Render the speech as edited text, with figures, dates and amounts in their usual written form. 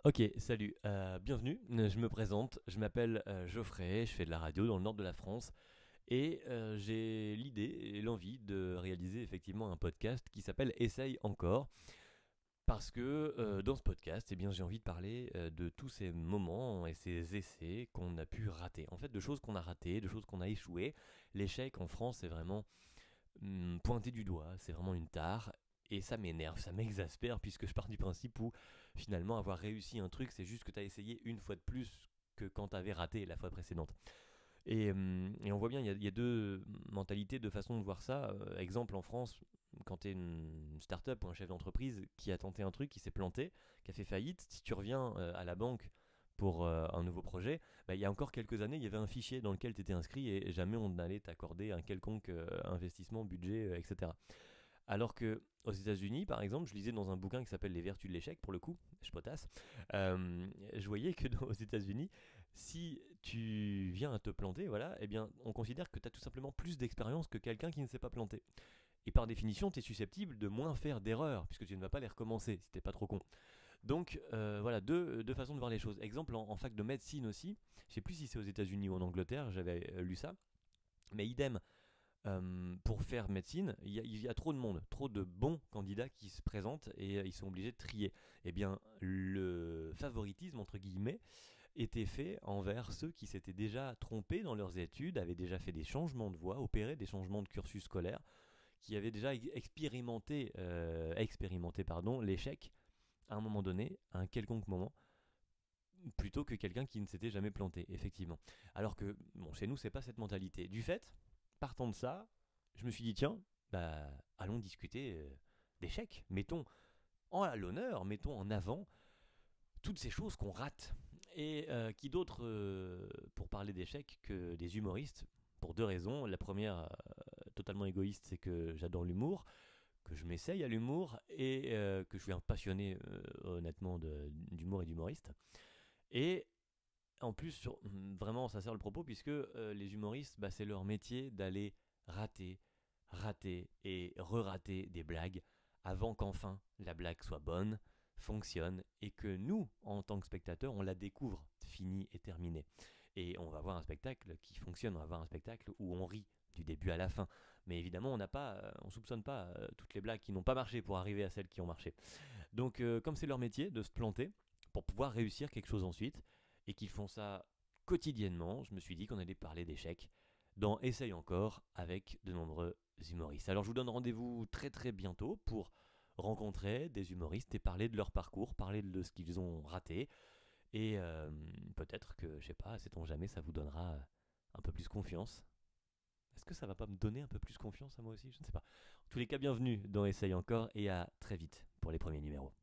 Ok, salut, bienvenue, je me présente, je m'appelle Geoffrey, je fais de la radio dans le nord de la France et j'ai l'idée et l'envie de réaliser effectivement un podcast qui s'appelle Essaye encore parce que dans ce podcast, eh bien, j'ai envie de parler de tous ces moments et ces essais qu'on a pu rater, en fait de choses qu'on a ratées, de choses qu'on a échouées. L'échec en France c'est vraiment pointé du doigt, c'est vraiment une tare. Et ça m'énerve, ça m'exaspère, puisque je pars du principe où finalement avoir réussi un truc, c'est juste que tu as essayé une fois de plus que quand tu avais raté la fois précédente. Et on voit bien, il y a deux mentalités, deux façons de voir ça. Exemple en France, quand tu es une start-up ou un chef d'entreprise qui a tenté un truc, qui s'est planté, qui a fait faillite, si tu reviens à la banque pour un nouveau projet, bah, il y a encore quelques années, il y avait un fichier dans lequel tu étais inscrit et jamais on n'allait t'accorder un quelconque investissement, budget, etc. Alors que aux États-Unis, par exemple, je lisais dans un bouquin qui s'appelle Les Vertus de l'échec, pour le coup, je potasse, je voyais que aux États-Unis, si tu viens à te planter, voilà, eh bien, on considère que tu as tout simplement plus d'expérience que quelqu'un qui ne s'est pas planté. Et par définition, tu es susceptible de moins faire d'erreurs, puisque tu ne vas pas les recommencer si t'es pas trop con. Donc voilà, deux façons de voir les choses. Exemple en fac de médecine aussi, je sais plus si c'est aux États-Unis ou en Angleterre, j'avais lu ça, mais idem, pour faire médecine, il y a trop de monde, trop de bons candidats qui se présentent et ils sont obligés de trier. Eh bien, le favoritisme, entre guillemets, était fait envers ceux qui s'étaient déjà trompés dans leurs études, avaient déjà fait des changements de voie, opéré des changements de cursus scolaire, qui avaient déjà expérimenté l'échec à un moment donné, à un quelconque moment, plutôt que quelqu'un qui ne s'était jamais planté, effectivement. Alors que, bon, chez nous, c'est pas cette mentalité. Du fait, partant de ça, je me suis dit, tiens, bah, allons discuter d'échecs. Mettons à l'honneur, mettons en avant toutes ces choses qu'on rate. Et qui d'autre pour parler d'échecs que des humoristes, pour deux raisons. La première, totalement égoïste, c'est que j'adore l'humour, que je m'essaye à l'humour et que je suis un passionné, honnêtement, d'humour et d'humoriste. Et en plus, vraiment, ça sert le propos, puisque les humoristes, bah, c'est leur métier d'aller rater, rater et re-rater des blagues avant qu'enfin la blague soit bonne, fonctionne et que nous, en tant que spectateurs, on la découvre finie et terminée. Et on va voir un spectacle qui fonctionne, on va voir un spectacle où on rit du début à la fin. Mais évidemment, on soupçonne pas toutes les blagues qui n'ont pas marché pour arriver à celles qui ont marché. Donc, comme c'est leur métier de se planter pour pouvoir réussir quelque chose ensuite, et qu'ils font ça quotidiennement, je me suis dit qu'on allait parler d'échecs dans Essaye encore avec de nombreux humoristes. Alors, je vous donne rendez-vous très très bientôt pour rencontrer des humoristes et parler de leur parcours, parler de ce qu'ils ont raté, et peut-être que, je sais pas, sait-on jamais, ça vous donnera un peu plus confiance. Est-ce que ça va pas me donner un peu plus confiance à moi aussi? Je ne sais pas. En tous les cas, bienvenue dans Essaye encore et à très vite pour les premiers numéros.